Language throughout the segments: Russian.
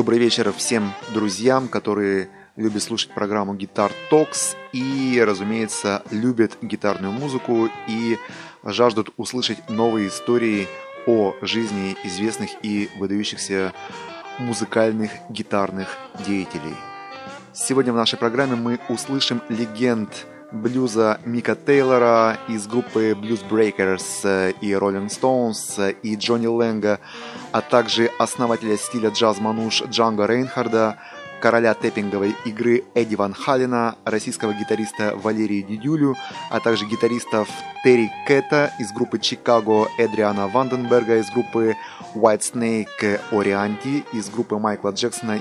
Добрый вечер всем друзьям, которые любят слушать программу Guitar Talks и, разумеется, любят гитарную музыку и жаждут услышать новые истории о жизни известных и выдающихся музыкальных гитарных деятелей. Сегодня в нашей программе мы услышим легенд блюза Мика Тейлора из группы Blues Breakers и Rolling Stones и Джонни Лэнга, а также основателя стиля джаз-мануш Джанго Рейнхарда, короля тэппинговой игры Эдди Ван Халена, российского гитариста Валерия Дидюлю, а также гитаристов Терри Кэта из группы Чикаго, Эдриана Ванденберга из группы White Snake, Орианти из группы Майкла Джексона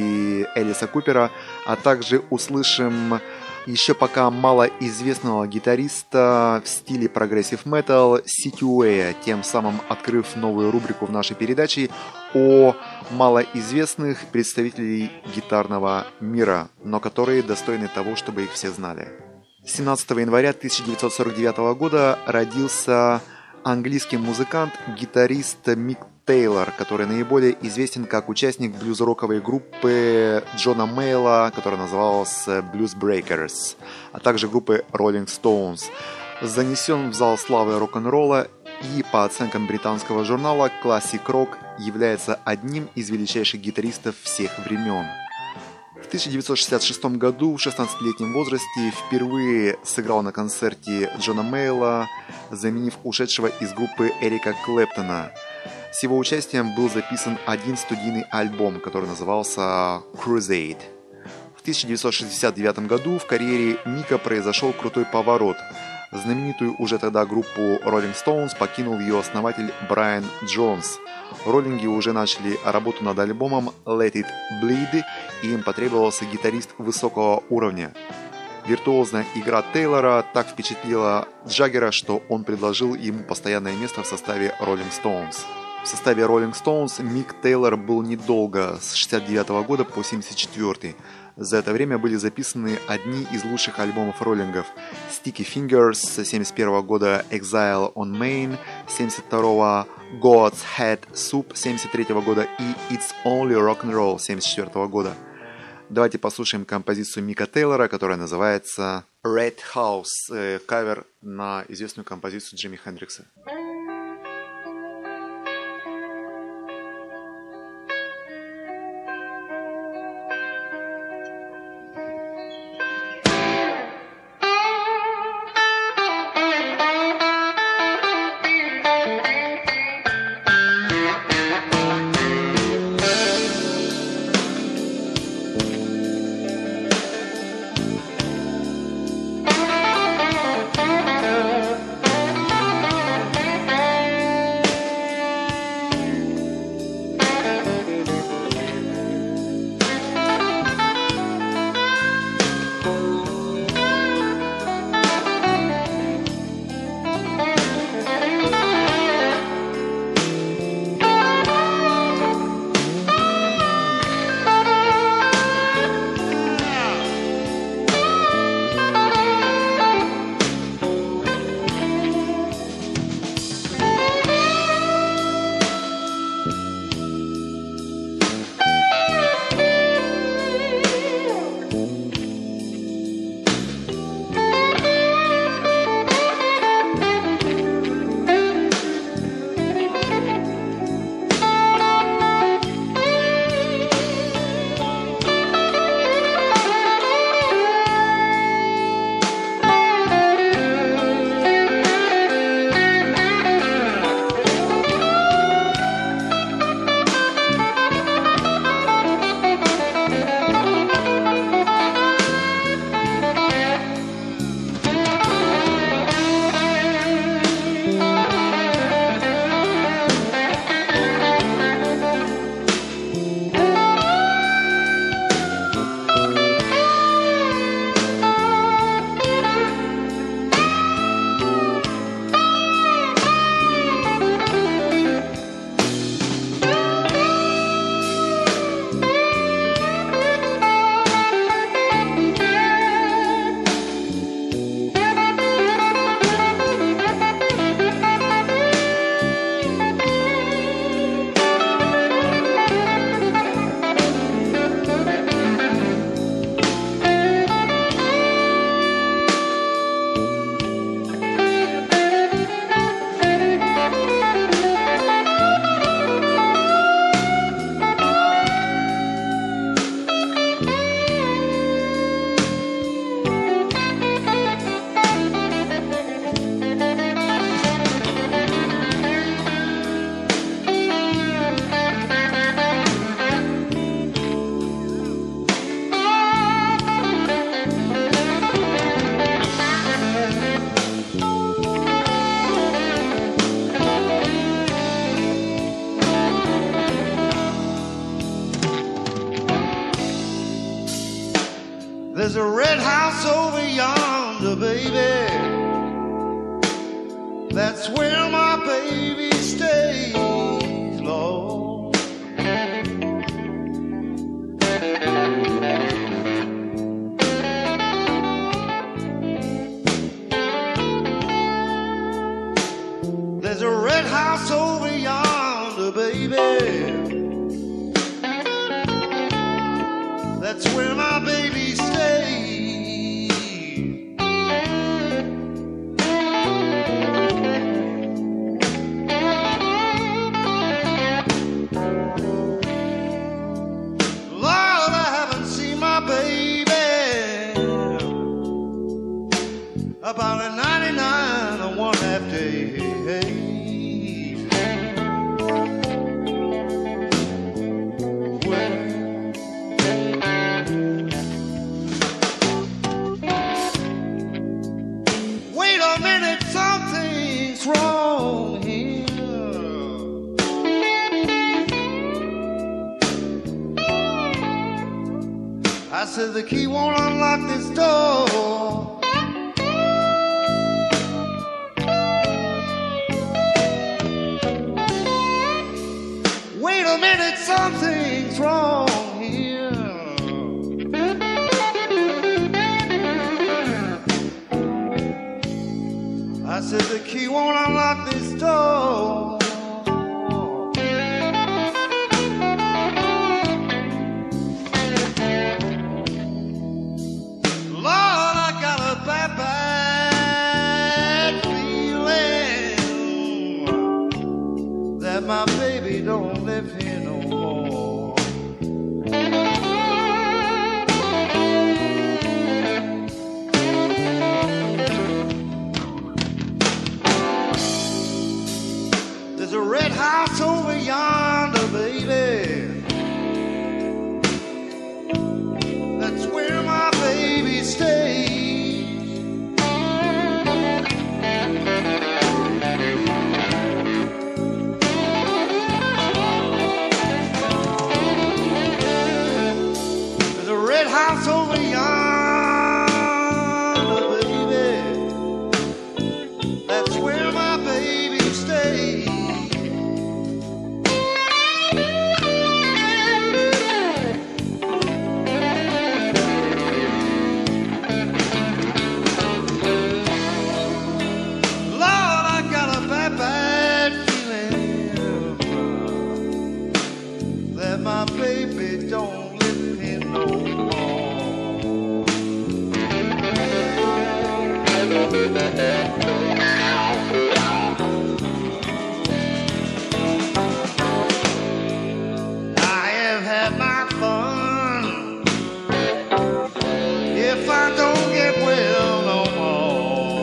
и Элиса Купера, а также услышим еще пока малоизвестного гитариста в стиле прогрессив метал Ситюэя, тем самым открыв новую рубрику в нашей передаче о малоизвестных представителей гитарного мира, но которые достойны того, чтобы их все знали. 17 января 1949 года родился английский музыкант, гитарист Мик Тейлор, который наиболее известен как участник блюз-роковой группы Джона Мейла, которая называлась Blues Breakers, а также группы Rolling Stones. Занесен в зал славы рок-н-ролла и, по оценкам британского журнала Classic Rock, является одним из величайших гитаристов всех времен. В 1966 году в 16-летнем возрасте впервые сыграл на концерте Джона Мейла, заменив ушедшего из группы Эрика Клэптона. С его участием был записан один студийный альбом, который назывался Crusade. В 1969 году в карьере Мика произошел крутой поворот. Знаменитую уже тогда группу Rolling Stones покинул ее основатель Брайан Джонс. Роллинги уже начали работу над альбомом Let It Bleed, и им потребовался гитарист высокого уровня. Виртуозная игра Тейлора так впечатлила Джаггера, что он предложил ему постоянное место в составе Rolling Stones. В составе Rolling Stones Мик Тейлор был недолго, с 1969 года по 1974. За это время были записаны одни из лучших альбомов роллингов: Sticky Fingers с 1971 года, Exile on Main с 1972, God's Head Soup с 1973 года и It's Only Rock'n'Roll с 1974 года. Давайте послушаем композицию Мика Тейлора, которая называется Red House, кавер на известную композицию Джимми Хендрикса. There's a red house over yonder, baby. That's where my baby stays, Lord. There's a red house over yonder, baby. That's where my baby stays. Lord, I haven't seen my baby about a 99 and one half day. Wrong here. I said the key won't unlock this door. Wait a minute, something's wrong here. I said the key won't unlock this door. Lord, I got a bad, bad feeling that my baby don't live here no more. There's a red house over yonder, baby. That's where my baby stays. There's a red house over yonder, baby. That's where my baby stays. My baby don't live here no more. I have had my fun. If I don't get well no more.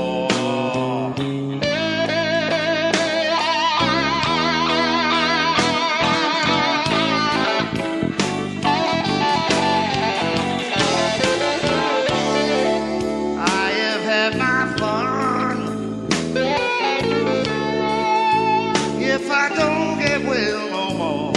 If I don't get well no more.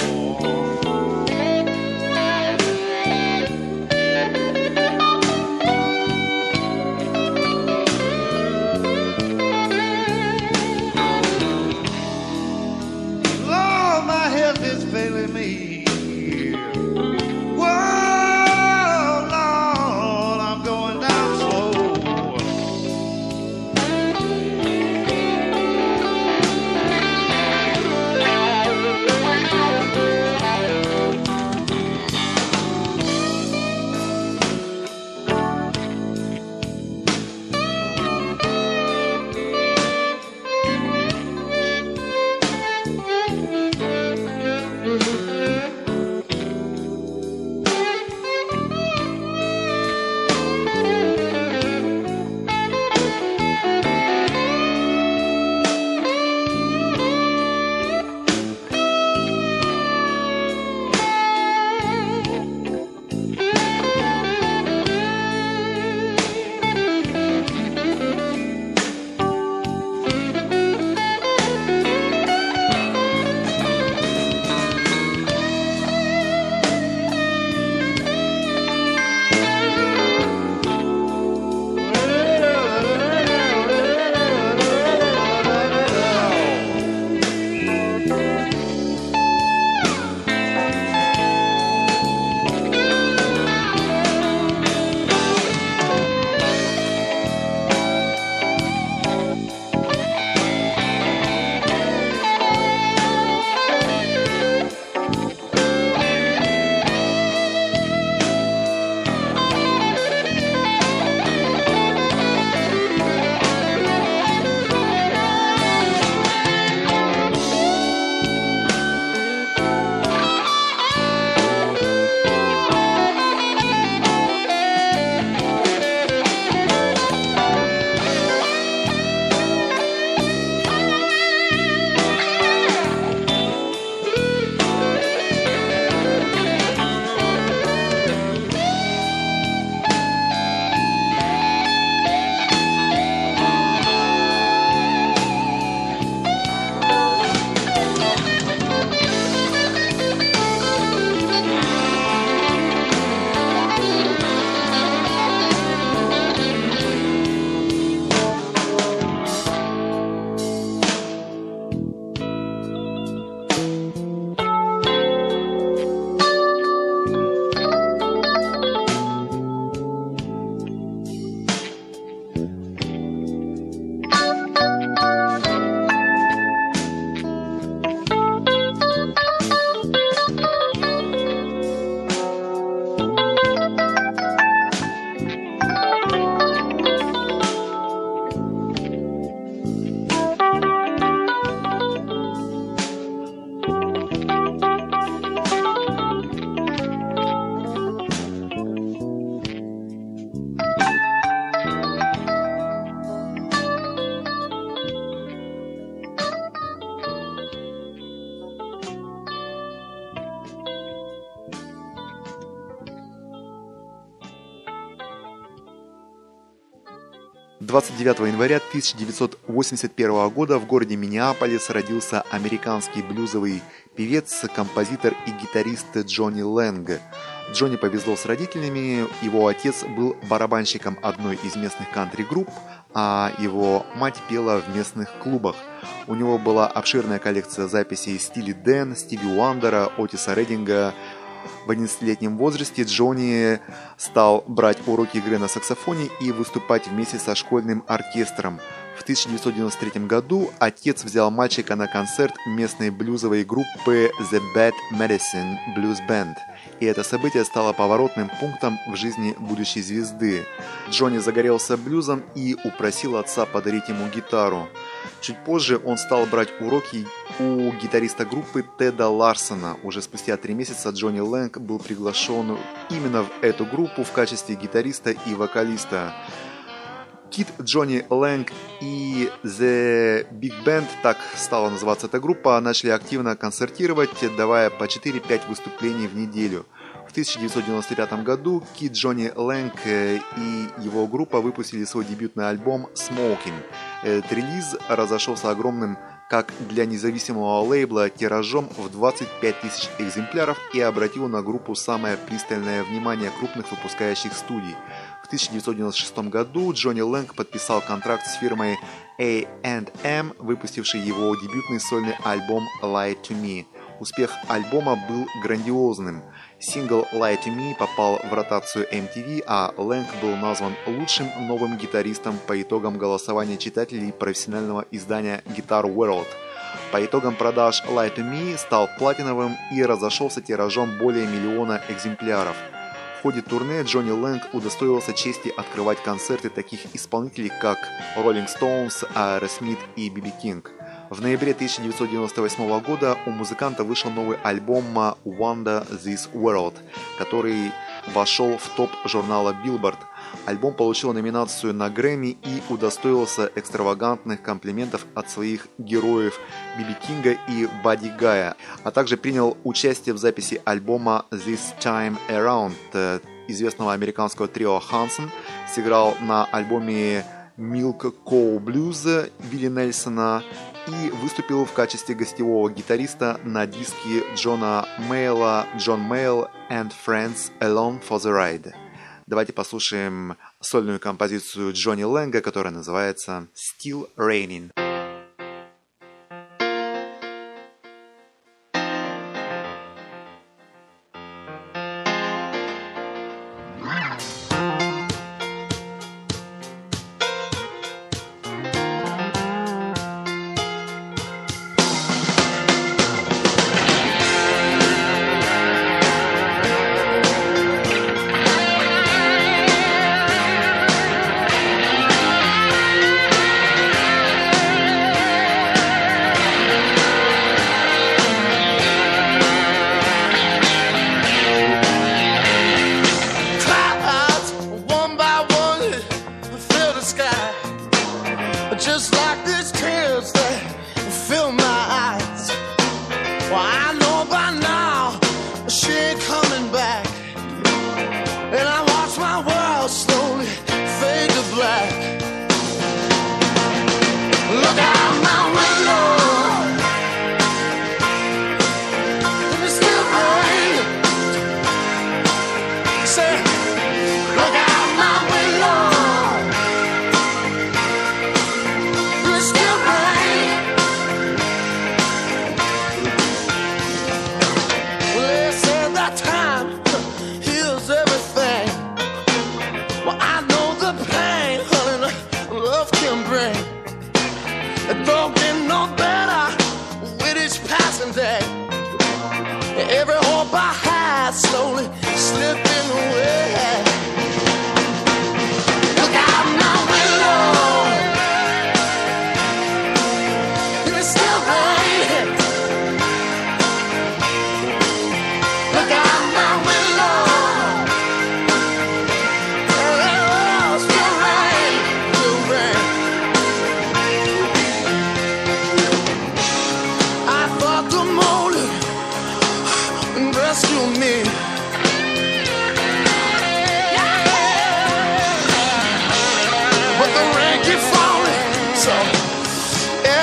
29 января 1981 года в городе Миннеаполис родился американский блюзовый певец, композитор и гитарист Джонни Лэнг. Джонни повезло с родителями, его отец был барабанщиком одной из местных кантри-групп, а его мать пела в местных клубах. У него была обширная коллекция записей Стили Дэн, Стиви Уандера, Отиса Реддинга. В 11-летнем возрасте Джонни стал брать уроки игры на саксофоне и выступать вместе со школьным оркестром. В 1993 году отец взял мальчика на концерт местной блюзовой группы The Bad Medicine Blues Band, и это событие стало поворотным пунктом в жизни будущей звезды. Джонни загорелся блюзом и упросил отца подарить ему гитару. Чуть позже он стал брать уроки у гитариста группы Теда Ларсона. Уже спустя 3 месяца Джонни Лэнг был приглашен именно в эту группу в качестве гитариста и вокалиста. Кид Джонни Лэнг и The Big Band, так стала называться эта группа, начали активно концертировать, давая по 4-5 выступлений в неделю. В 1995 году Кид Джонни Лэнг и его группа выпустили свой дебютный альбом «Smoking». Этот релиз разошелся огромным, как для независимого лейбла, тиражом в 25 тысяч экземпляров и обратил на группу самое пристальное внимание крупных выпускающих студий. В 1996 году Джонни Лэнг подписал контракт с фирмой A&M, выпустившей его дебютный сольный альбом «Lie to Me». Успех альбома был грандиозным. Сингл «Lie to Me» попал в ротацию MTV, а Лэнг был назван лучшим новым гитаристом по итогам голосования читателей профессионального издания Guitar World. По итогам продаж «Lie to Me» стал платиновым и разошелся тиражом более 1 миллиона экземпляров. В ходе турне Джонни Лэнг удостоился чести открывать концерты таких исполнителей, как Rolling Stones, Aerosmith и B.B. King. В ноябре 1998 года у музыканта вышел новый альбом «Wonder This World», который вошел в топ журнала Billboard. Альбом получил номинацию на Грэмми и удостоился экстравагантных комплиментов от своих героев Би-Би Кинга и Бадди Гая, а также принял участие в записи альбома «This Time Around» известного американского трио Hanson, сыграл на альбоме «Milk Cow Blues» Билли Нельсона и выступил в качестве гостевого гитариста на диске Джона Мейла «John Mayall and Friends Alone for the Ride». Давайте послушаем сольную композицию Джонни Лэнга, которая называется «Still Raining».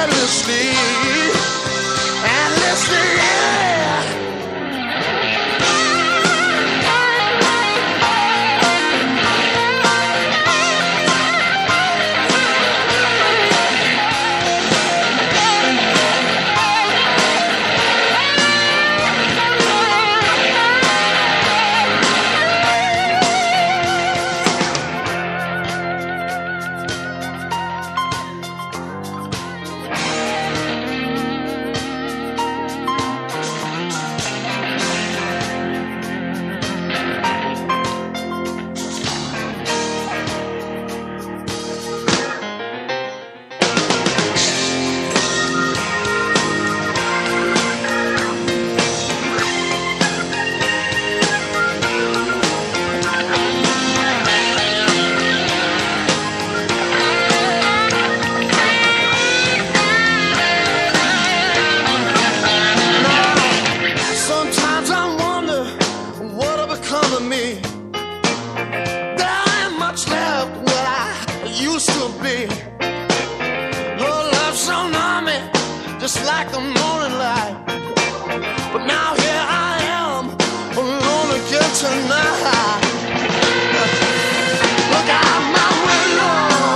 endlessly, endlessly, yeah. Just like the morning light, but now here I am, alone again tonight. Look out my window,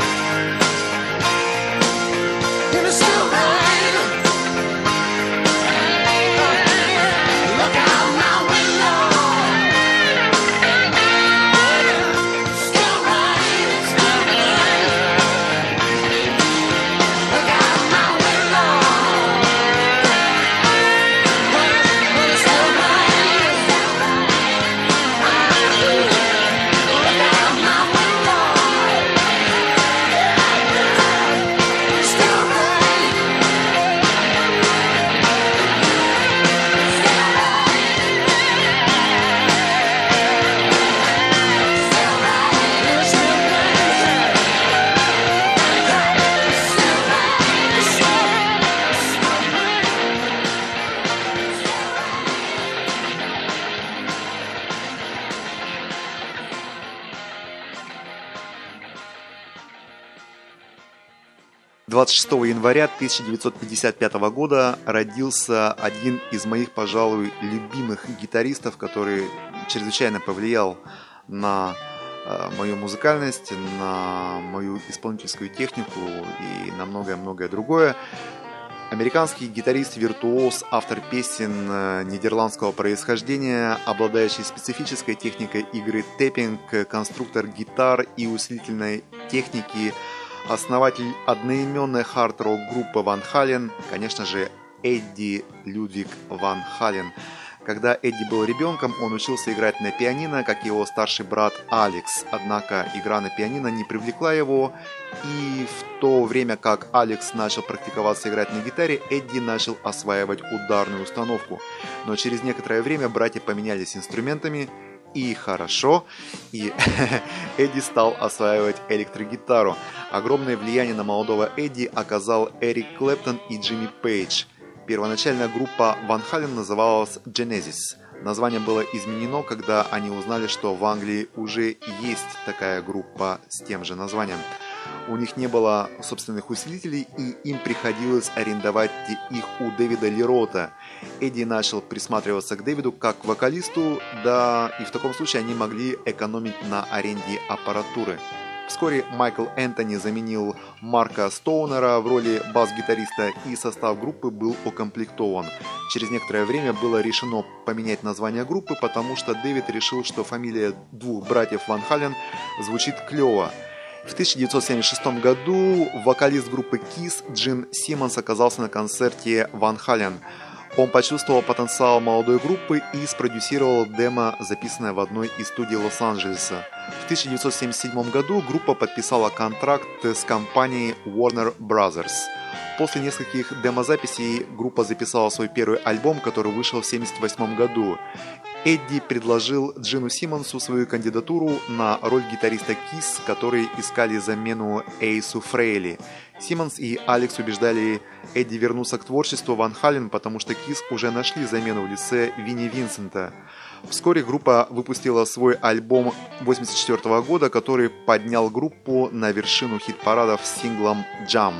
and it's still raining. Look out my window, still raining, still raining. Look out my window. «26 января 1955 года родился один из моих, пожалуй, любимых гитаристов, который чрезвычайно повлиял на мою музыкальность, на мою исполнительскую технику и на многое-многое другое. Американский гитарист-виртуоз, автор песен нидерландского происхождения, обладающий специфической техникой игры тэппинг, конструктор гитар и усилительной техники, основатель одноименной хард-рок группы Ван Хален, конечно же, Эдди Людвиг Ван Хален. Когда Эдди был ребенком, он учился играть на пианино, как и его старший брат Алекс. Однако игра на пианино не привлекла его, и в то время как Алекс начал практиковаться играть на гитаре, Эдди начал осваивать ударную установку. Но через некоторое время братья поменялись инструментами, и хорошо, и Эдди стал осваивать электрогитару. Огромное влияние на молодого Эдди оказал Эрик Клэптон и Джимми Пейдж. Первоначальная группа Ван Хален называлась Genesis. Название было изменено, когда они узнали, что в Англии уже есть такая группа с тем же названием. У них не было собственных усилителей, и им приходилось арендовать их у Дэвида Ли Рота. Эдди начал присматриваться к Дэвиду как к вокалисту, да и в таком случае они могли экономить на аренде аппаратуры. Вскоре Майкл Энтони заменил Марка Стоунера в роли бас-гитариста, и состав группы был укомплектован. Через некоторое время было решено поменять название группы, потому что Дэвид решил, что фамилия двух братьев Ван Хален звучит клево. В 1976 году вокалист группы Kiss Джин Симмонс оказался на концерте Ван Хален. Он почувствовал потенциал молодой группы и спродюсировал демо, записанное в одной из студий Лос-Анджелеса. В 1977 году группа подписала контракт с компанией Warner Brothers. После нескольких демозаписей группа записала свой первый альбом, который вышел в 1978 году. Эдди предложил Джину Симмонсу свою кандидатуру на роль гитариста Kiss, которые искали замену Эйсу Фрейли. Симмонс и Алекс убеждали Эдди вернуться к творчеству Ван Хален, потому что Kiss уже нашли замену в лице Винни Винсента. Вскоре группа выпустила свой альбом 1984 года, который поднял группу на вершину хит-парадов с синглом «Jump».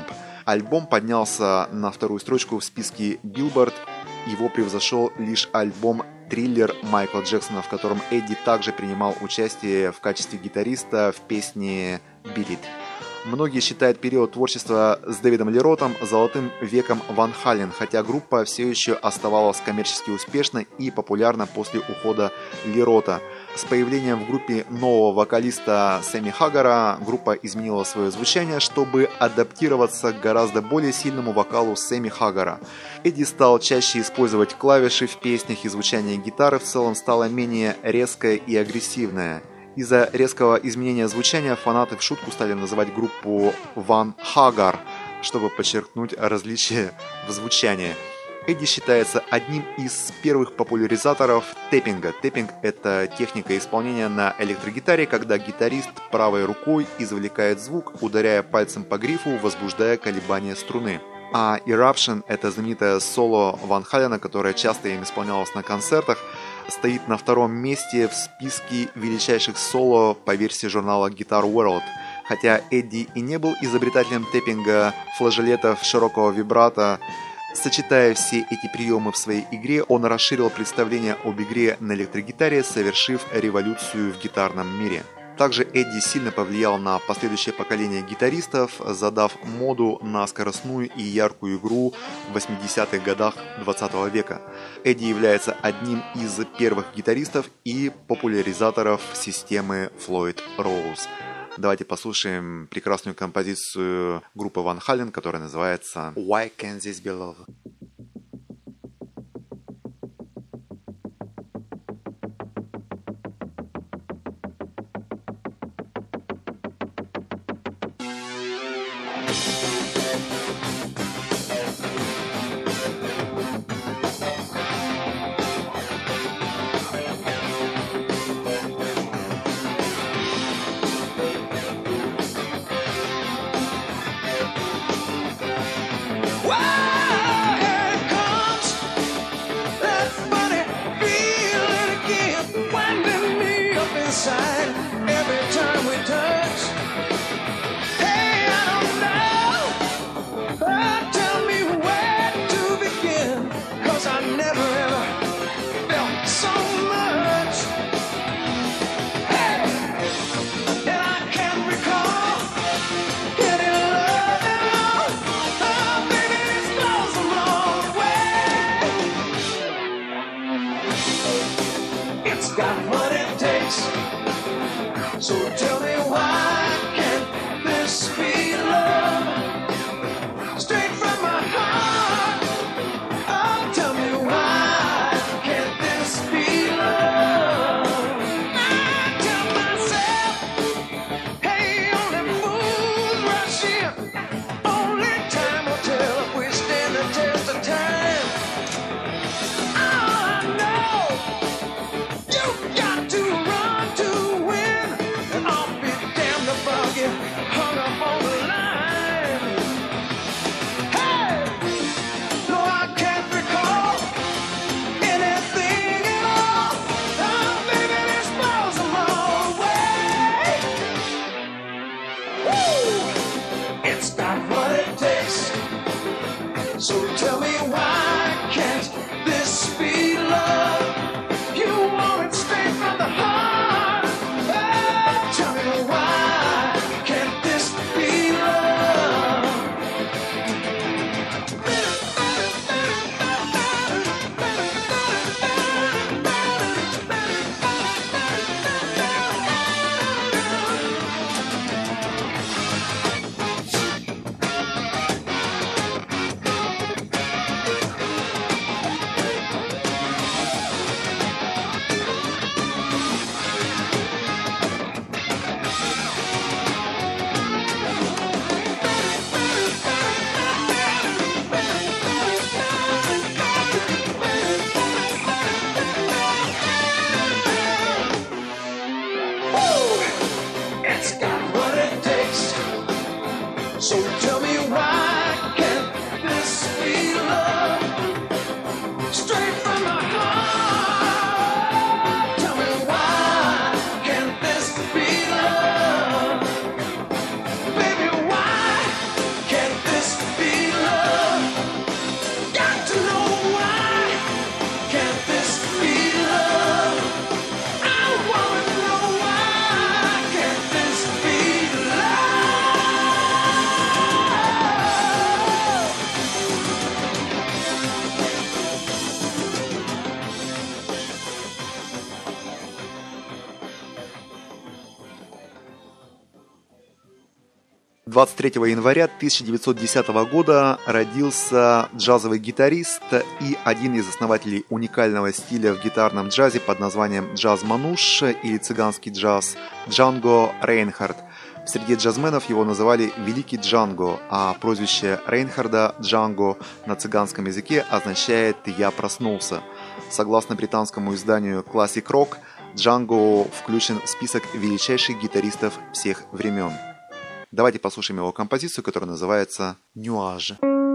Альбом поднялся на вторую строчку в списке Billboard. Его превзошел лишь альбом «Триллер» Майкла Джексона, в котором Эдди также принимал участие в качестве гитариста в песне «Beat It». Многие считают период творчества с Дэвидом Ли Ротом золотым веком Ван Хален, хотя группа все еще оставалась коммерчески успешной и популярна после ухода Ли Рота. С появлением в группе нового вокалиста Сэмми Хаггара группа изменила свое звучание, чтобы адаптироваться к гораздо более сильному вокалу Сэмми Хаггара. Эдди стал чаще использовать клавиши в песнях, и звучание гитары в целом стало менее резкое и агрессивное. Из-за резкого изменения звучания фанаты в шутку стали называть группу Ван Хаггар, чтобы подчеркнуть различия в звучании. Эдди считается одним из первых популяризаторов тэппинга. Тэппинг – это техника исполнения на электрогитаре, когда гитарист правой рукой извлекает звук, ударяя пальцем по грифу, возбуждая колебания струны. А Eruption – это знаменитое соло Ван Халена, которое часто им исполнялось на концертах, стоит на втором месте в списке величайших соло по версии журнала Guitar World. Хотя Эдди и не был изобретателем тэппинга, флажолетов, широкого вибрато, сочетая все эти приемы в своей игре, он расширил представление об игре на электрогитаре, совершив революцию в гитарном мире. Также Эдди сильно повлиял на последующее поколение гитаристов, задав моду на скоростную и яркую игру в 80-х годах 20 века. Эдди является одним из первых гитаристов и популяризаторов системы Floyd Rose. Давайте послушаем прекрасную композицию группы Ван Хален, которая называется «Why Can't This Be Love?». Baby, why can't this be 23 января 1910 года родился джазовый гитарист и один из основателей уникального стиля в гитарном джазе под названием джаз-мануш или цыганский джаз Джанго Рейнхард. В среде джазменов его называли «Великий Джанго», а прозвище Рейнхарда Джанго на цыганском языке означает «Я проснулся». Согласно британскому изданию Classic Rock, Джанго включен в список величайших гитаристов всех времен. Давайте послушаем его композицию, которая называется «Нюаж».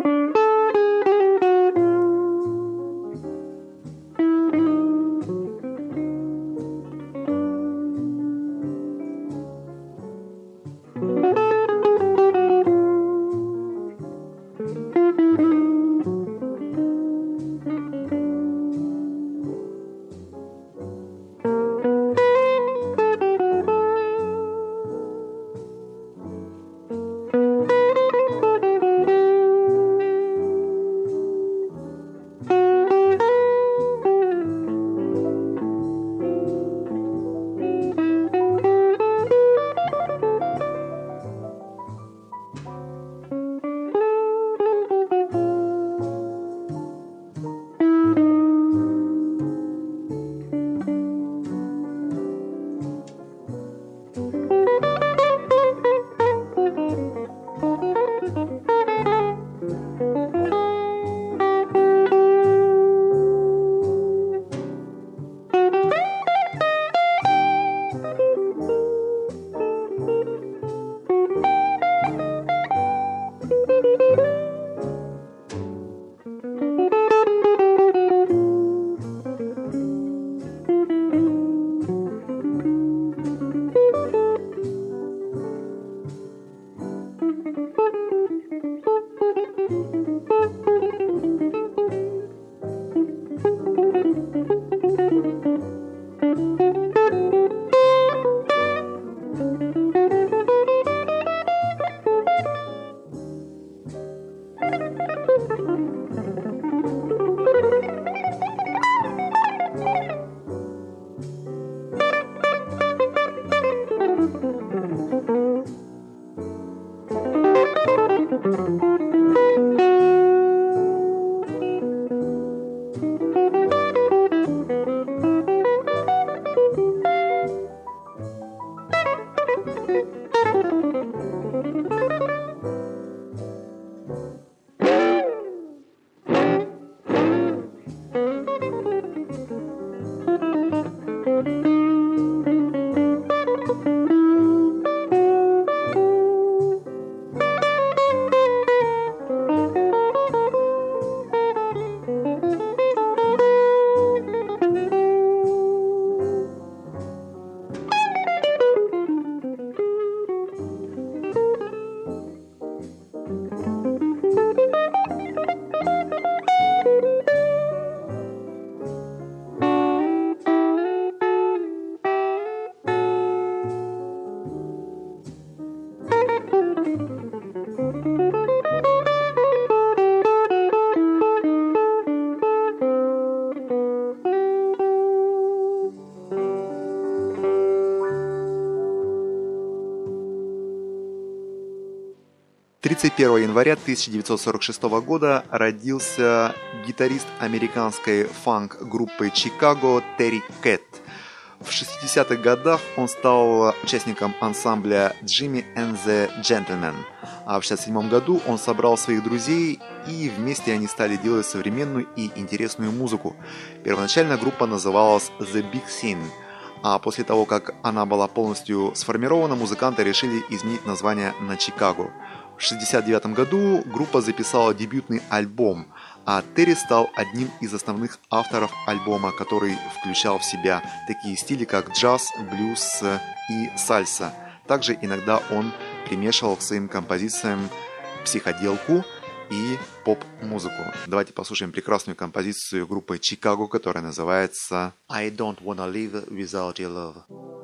31 января 1946 года родился гитарист американской фанк-группы Чикаго Терри Кэт. В 60-х годах он стал участником ансамбля Jimmy and the Gentlemen, а в 67 году он собрал своих друзей, и вместе они стали делать современную и интересную музыку. Первоначально группа называлась The Big Scene, а после того, как она была полностью сформирована, музыканты решили изменить название на Чикаго. В 1969 году группа записала дебютный альбом, а Терри стал одним из основных авторов альбома, который включал в себя такие стили, как джаз, блюз и сальса. Также иногда он примешивал к своим композициям психоделку и поп-музыку. Давайте послушаем прекрасную композицию группы Чикаго, которая называется «I don't wanna live without your love».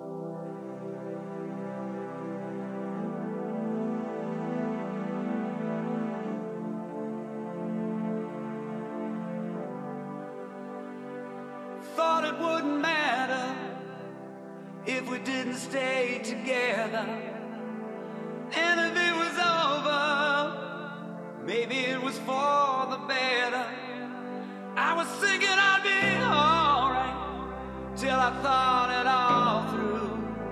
Thought it wouldn't matter if we didn't stay together, and if it was for the better. I was thinking I'd be alright till I thought it all through.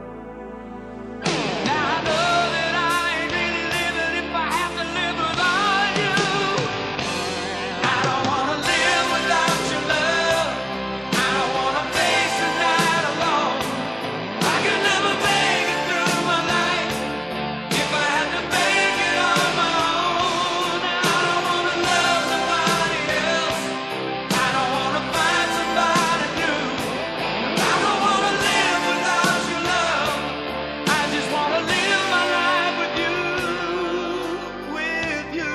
Now I know that I ain't really living if I have to live without you. I don't wanna live without your love. I don't wanna face the night alone. I could never make it through my life if I had to make it on my own. I don't wanna love nobody else. I don't wanna find somebody new. I don't wanna live without your love. I just wanna live my life with you, with you.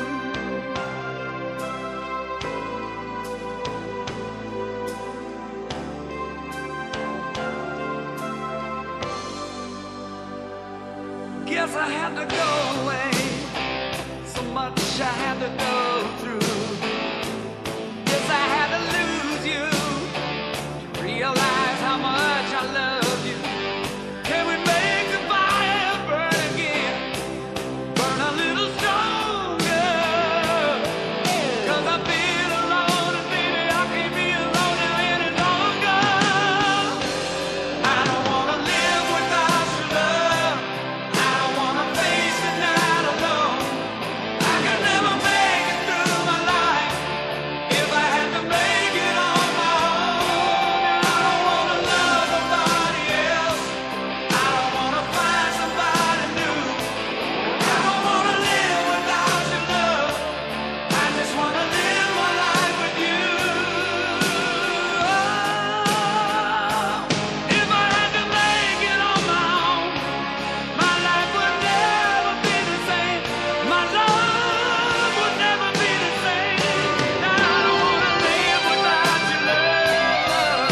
Guess I had to go away. So much I had to go through. Guess I had to lose you to realize how much I love you. Can we make the fire burn again? Burn a little stronger. 'Cause I feel alone and baby I can't be alone now any longer. I don't wanna live without your love. I don't wanna face the night alone. I could never make it through my life if I had to make it on my own. I don't wanna love nobody else. I don't wanna find somebody new. I don't wanna live without your love. I just wanna live my life with you. If I had to make it on my own, my life would never be the same. My love would never be the same. I don't wanna live without your love.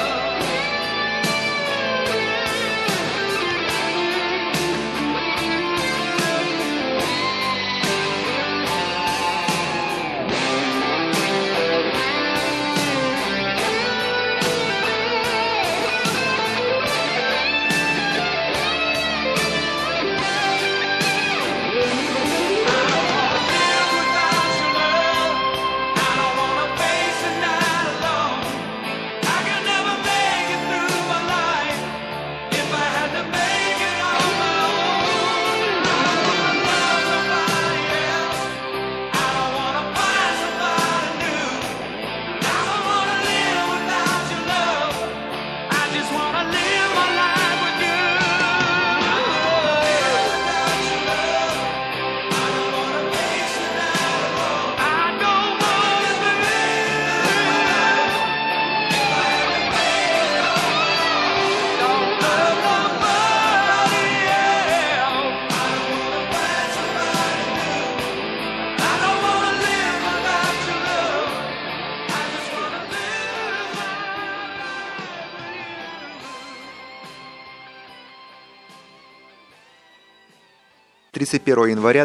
31 января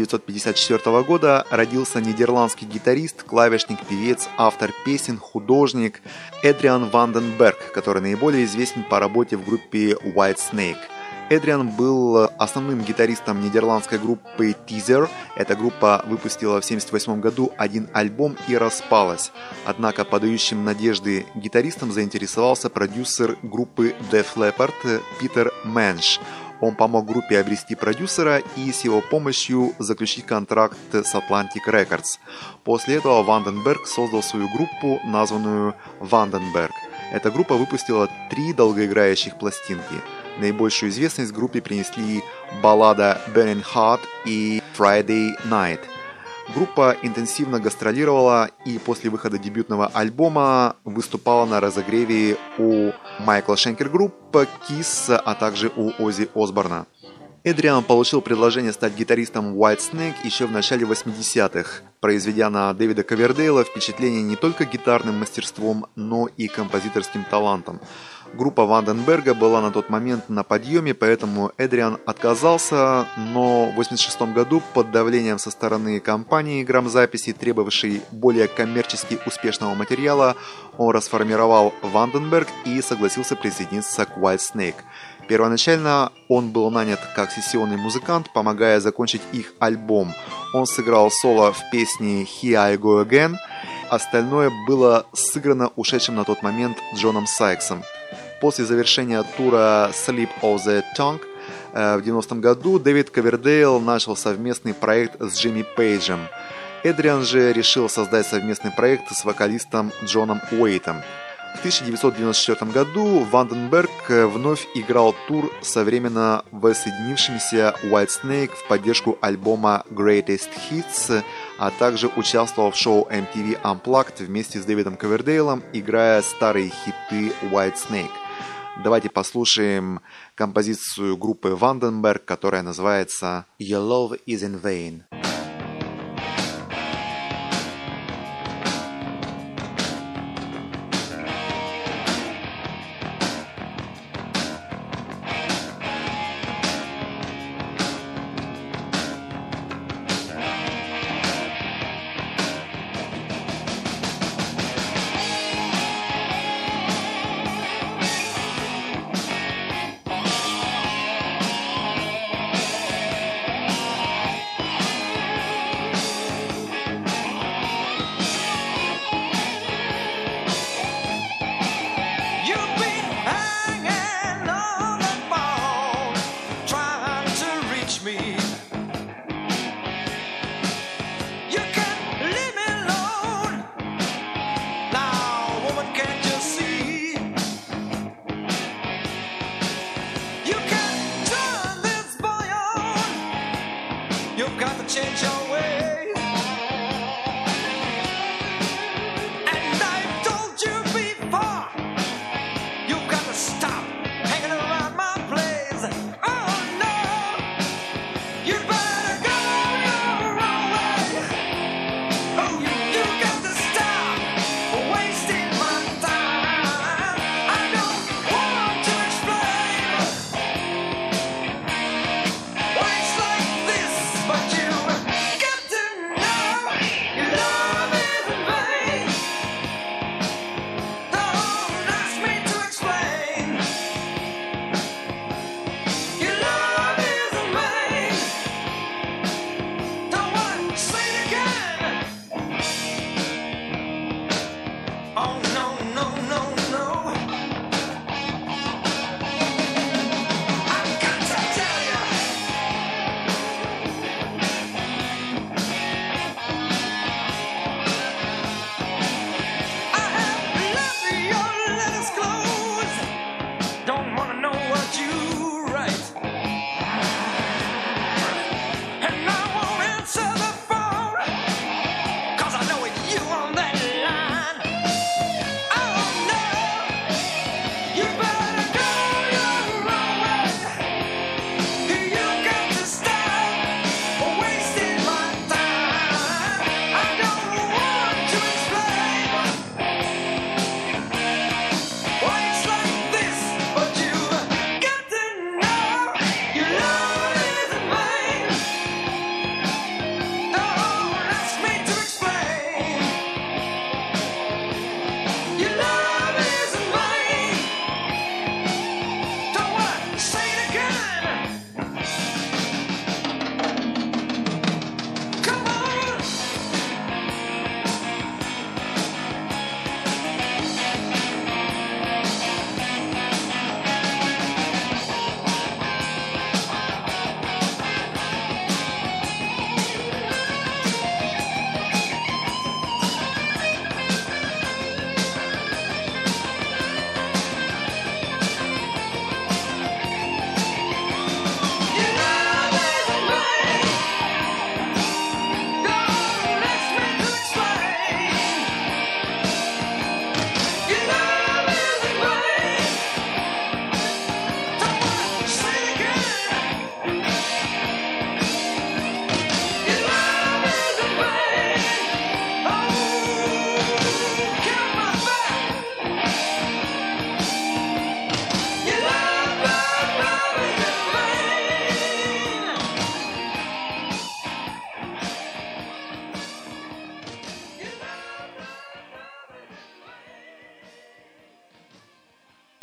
1954 года родился нидерландский гитарист, клавишник, певец, автор песен, художник Эдриан Ванденберг, который наиболее известен по работе в группе Whitesnake. Эдриан был основным гитаристом нидерландской группы Teaser. Эта группа выпустила в 1978 году один альбом и распалась. Однако подающим надежды гитаристом заинтересовался продюсер группы Def Leppard Питер Менш. Он помог группе обрести продюсера и с его помощью заключить контракт с Atlantic Records. После этого Ванденберг создал свою группу, названную Vandenberg. Эта группа выпустила 3 долгоиграющих пластинки. Наибольшую известность группе принесли баллада Burning Heart и Friday Night. Группа интенсивно гастролировала и после выхода дебютного альбома выступала на разогреве у Майкла Шенкер Групп, Kiss, а также у Оззи Осборна. Эдриан получил предложение стать гитаристом Whitesnake еще в начале 80-х, произведя на Дэвида Ковердейла впечатление не только гитарным мастерством, но и композиторским талантом. Группа Ванденберга была на тот момент на подъеме, поэтому Эдриан отказался, но в 1986 году под давлением со стороны компании грамзаписи, требовавшей более коммерчески успешного материала, он расформировал Ванденберг и согласился присоединиться к Whitesnake. Первоначально он был нанят как сессионный музыкант, помогая закончить их альбом. он сыграл соло в песне «Here I Go Again», остальное было сыграно ушедшим на тот момент Джоном Сайксом. После завершения тура «Slip of the Tongue» в 90-м году Дэвид Ковердейл начал совместный проект с Джимми Пейджем. Эдриан же решил создать совместный проект с вокалистом Джоном Уэйтом. В 1994 году Ванденберг вновь играл тур со временно воссоединившимися Whitesnake в поддержку альбома Greatest Hits, а также участвовал в шоу MTV Unplugged вместе с Дэвидом Ковердейлом, играя старые хиты Whitesnake. Давайте послушаем композицию группы Ванденберг, которая называется «Your Love Is In Vain». Change your ways. And I've told you before, you've got to stop hanging around my place. Oh no, you better go your own way. Oh, you got to stop wasting my time. I don't want to explain why it's like this, but you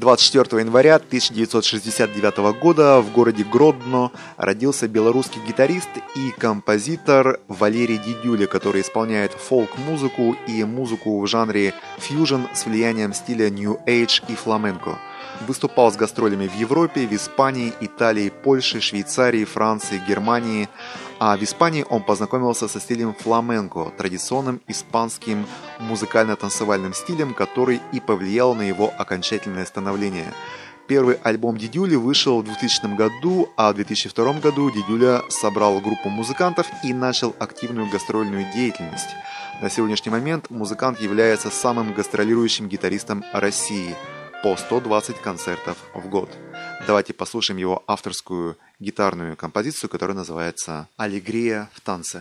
24 января 1969 года в городе Гродно родился белорусский гитарист и композитор Валерий Дидюля, который исполняет фолк-музыку и музыку в жанре фьюжн с влиянием стиля New Age и фламенко. Выступал с гастролями в Европе, в Испании, Италии, Польше, Швейцарии, Франции, Германии. А в Испании он познакомился со стилем фламенко, традиционным испанским музыкально-танцевальным стилем, который и повлиял на его окончательное становление. Первый альбом Дидюли вышел в 2000 году, а в 2002 году Дидюля собрал группу музыкантов и начал активную гастрольную деятельность. На сегодняшний момент музыкант является самым гастролирующим гитаристом России – по 120 концертов в год. Давайте послушаем его авторскую гитарную композицию, которая называется «Алегрия в танце».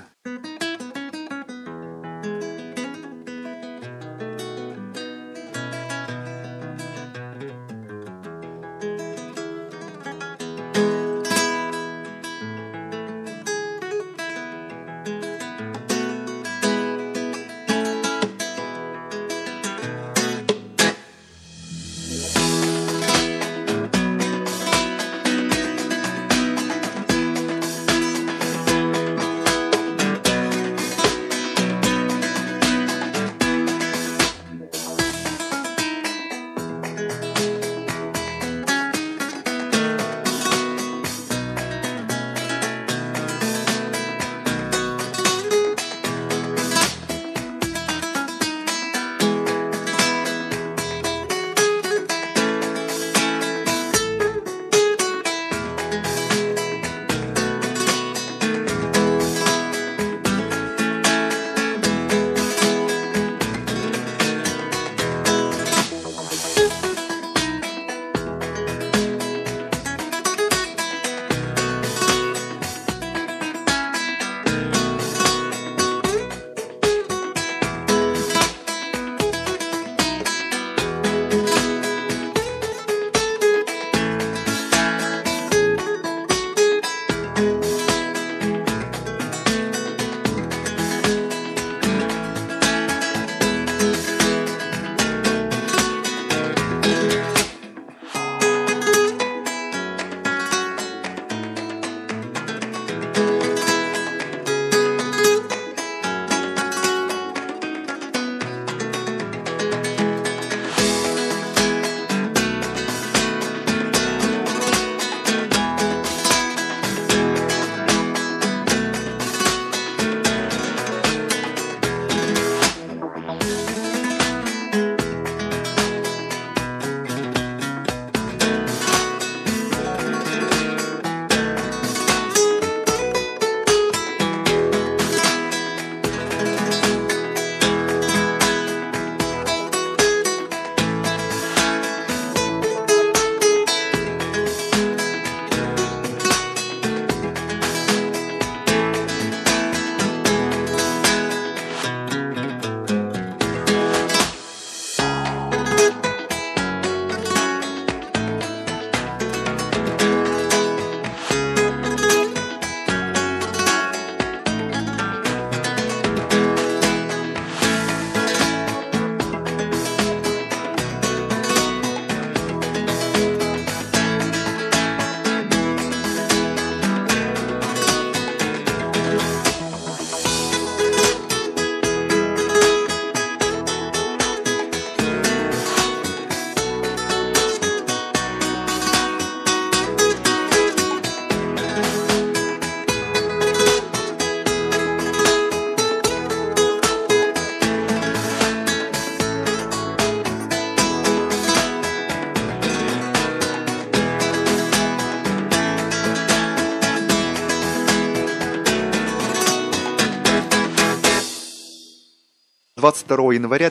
– 22 января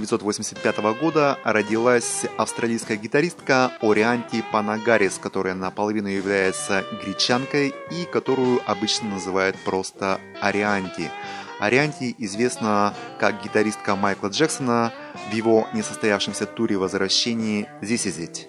1985 года родилась австралийская гитаристка Орианти Панагарис, которая наполовину является гречанкой и которую обычно называют просто Орианти. Орианти известна как гитаристка Майкла Джексона в его несостоявшемся туре возвращении «This Is It».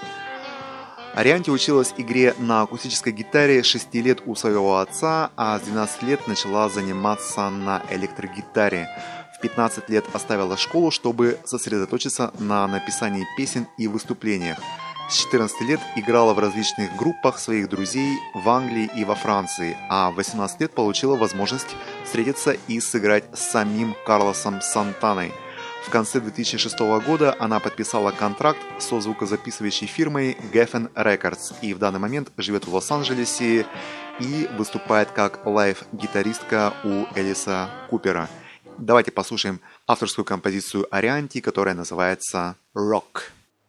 Орианти училась игре на акустической гитаре 6 лет у своего отца, а с 12 лет начала заниматься на электрогитаре. В 15 лет оставила школу, чтобы сосредоточиться на написании песен и выступлениях. С 14 лет играла в различных группах своих друзей в Англии и во Франции, а в 18 лет получила возможность встретиться и сыграть с самим Карлосом Сантаной. В конце 2006 года она подписала контракт со звукозаписывающей фирмой Geffen Records и в данный момент живет в Лос-Анджелесе и выступает как лайв-гитаристка у Элиса Купера. Давайте послушаем авторскую композицию Арианти, которая называется «Rock».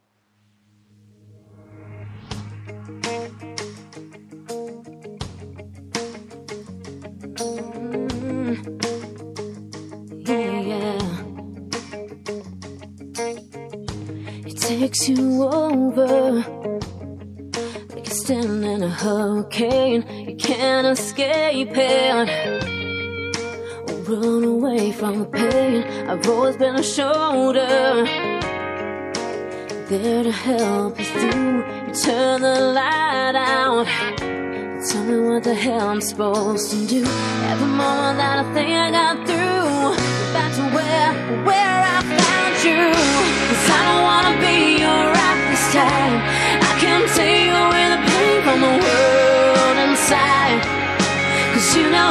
Takes you over like you're standing in a hurricane. You can't escape it or run away from the pain. I've always been a shoulder there to help you through. You turn the light out. Tell me what the hell I'm supposed to do. Every moment that I think I got through, back to where I found you. 'Cause I don't wanna be your rock this time. I can take away the pain from the world inside. 'Cause you know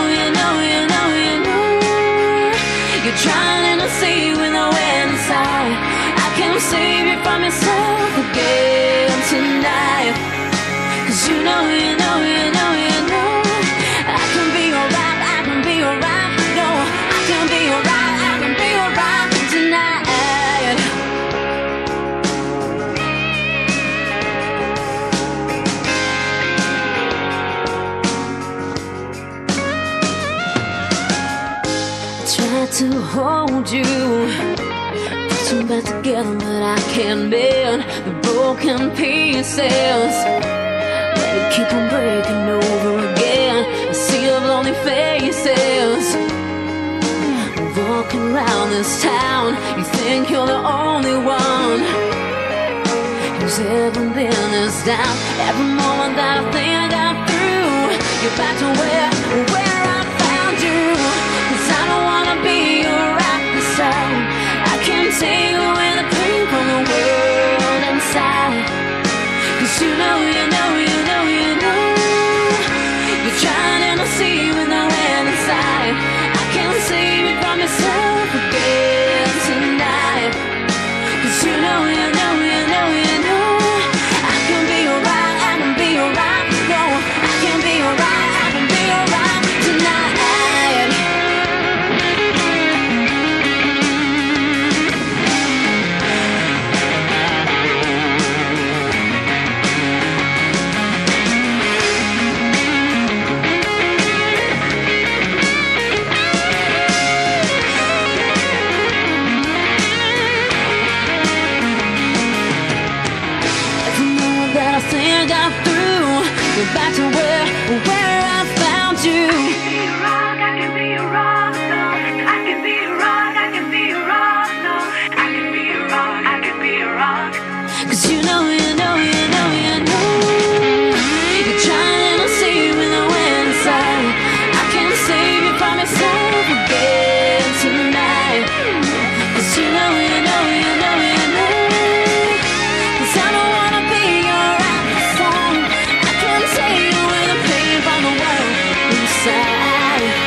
you're trying to see with no end inside. I can save you from yourself again tonight. 'Cause you know I can be alright, I can be alright. No, I can be alright, I can be alright tonight. I try to hold you, put you back together, but I can't bend the broken pieces. You keep on breaking over again. A sea of lonely faces walking around this town. You think you're the only one who's ever been this down. Every moment that I think I got through, you're back to where I found you. 'Cause I don't wanna be your rock this time. I can't take away the pain from the world inside. 'Cause you know you're trying to see with no end inside. I can't save you from yourself again tonight. 'Cause you know I can be alright, I can be alright. No, I can be alright, I can be alright tonight. Back to where I found you. I can be a rock, no. I can be a rock, I can be a rock, no. I can be a rock, I can be a rock. 'Cause you know you're trying to see with no end inside. I can't save you from yourself again tonight. 'Cause you know 'cause I don't wanna be your rock this time. I can't take away the pain from the world inside.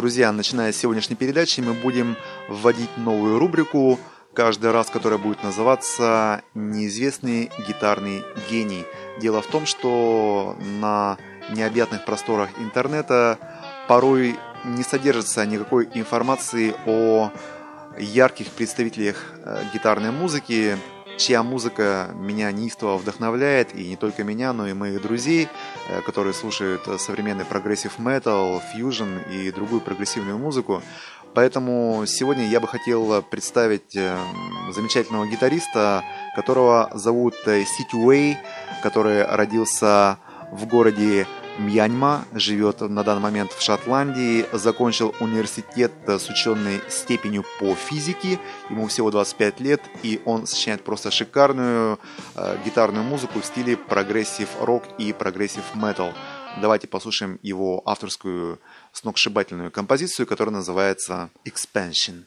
Друзья, начиная с сегодняшней передачи, мы будем вводить новую рубрику, каждый раз, которая будет называться «Неизвестный гитарный гений». Дело в том, что на необъятных просторах интернета порой не содержится никакой информации о ярких представителях гитарной музыки, чья музыка меня неистово вдохновляет, и не только меня, но и моих друзей, которые слушают современный прогрессив метал, фьюжн и другую прогрессивную музыку. Поэтому сегодня я бы хотел представить замечательного гитариста, которого зовут Сити Уэй, который родился в городе Мьянма, живет на данный момент в Шотландии, закончил университет с ученой степенью по физике, ему всего 25 лет, и он сочиняет просто шикарную гитарную музыку в стиле прогрессив рок и прогрессив метал. Давайте послушаем его авторскую сногсшибательную композицию, которая называется «Expansion».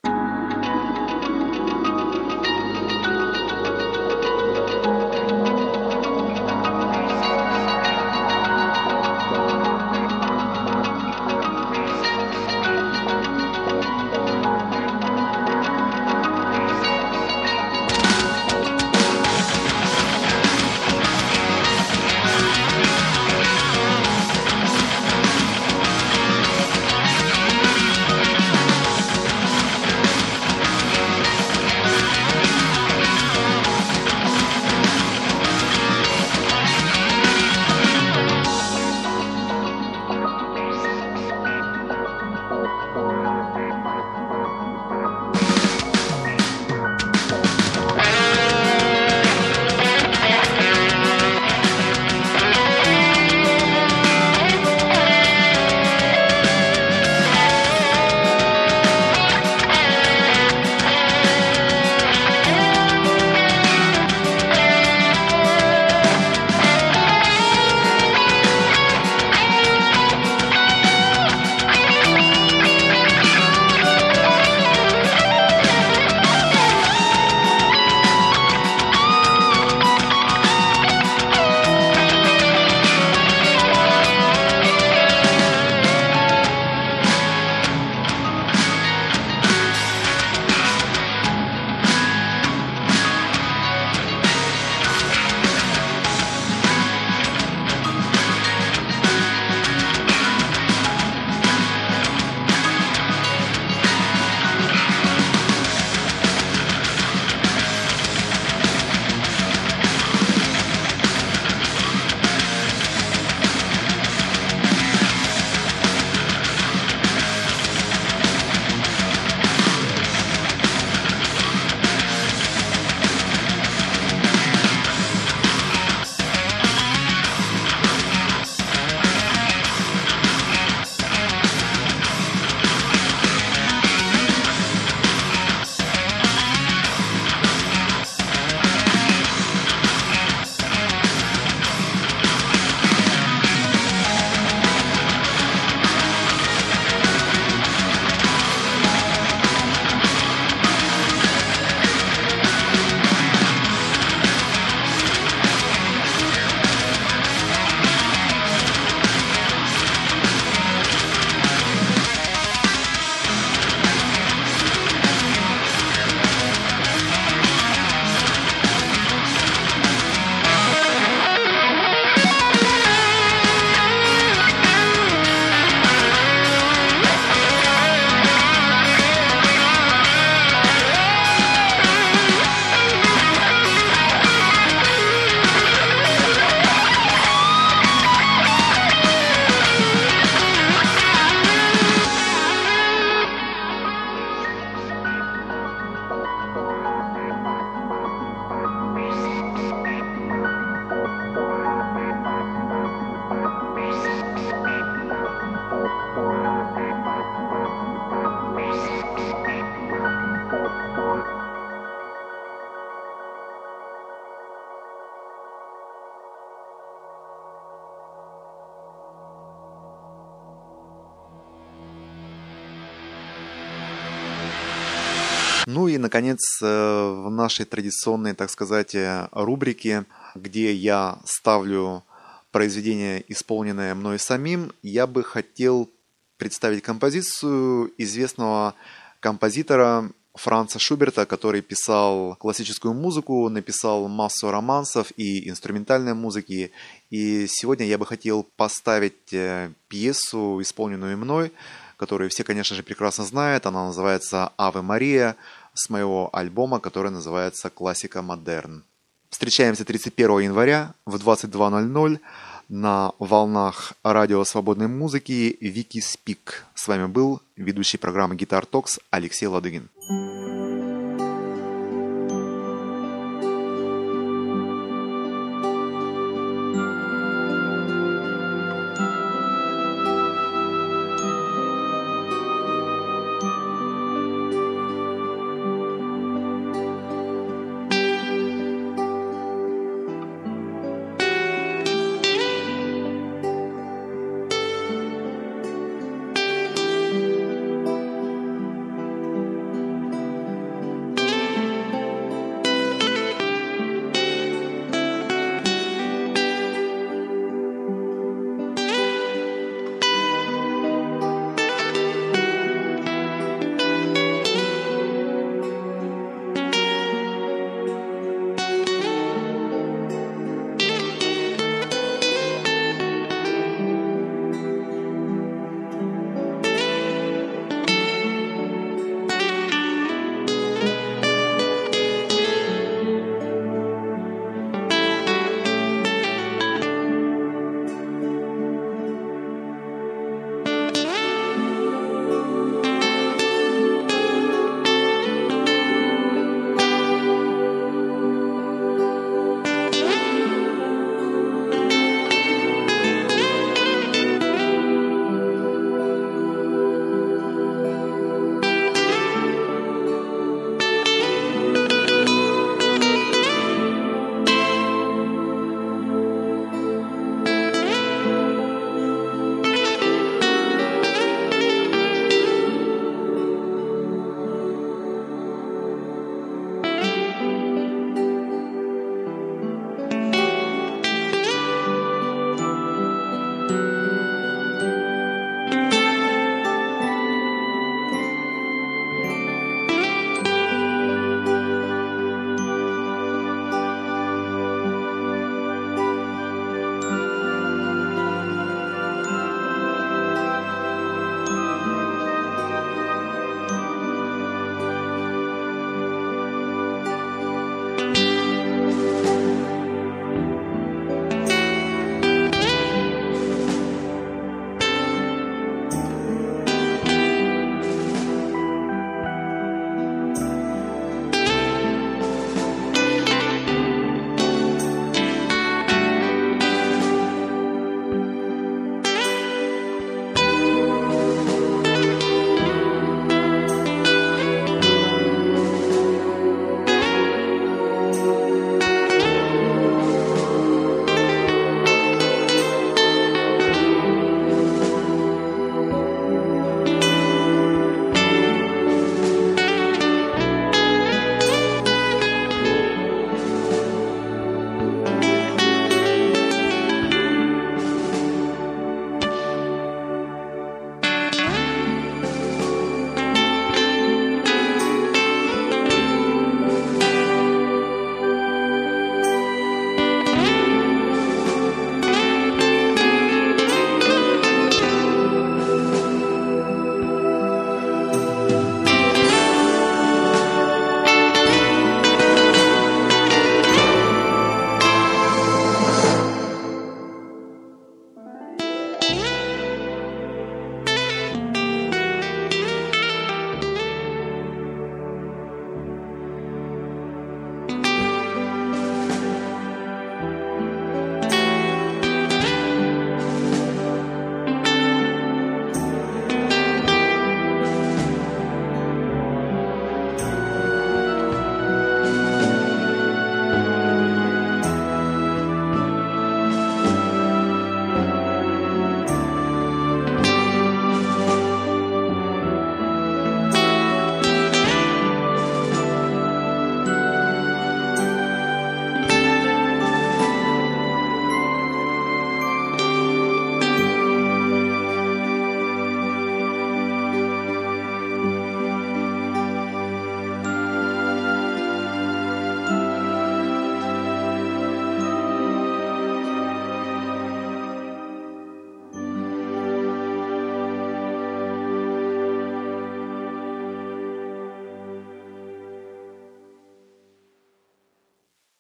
Ну и, наконец, в нашей традиционной, так сказать, рубрике, где я ставлю произведение, исполненное мной самим, я бы хотел представить композицию известного композитора Франца Шуберта, который писал классическую музыку, написал массу романсов и инструментальной музыки. И сегодня я бы хотел поставить пьесу, исполненную мной, которую все, конечно же, прекрасно знают. Она называется «Аве Мария», с моего альбома, который называется «Классика модерн». Встречаемся 31 января в 22:00 на волнах радио свободной музыки Вики Спик. С вами был ведущий программы Guitar Talks Алексей Ладыгин.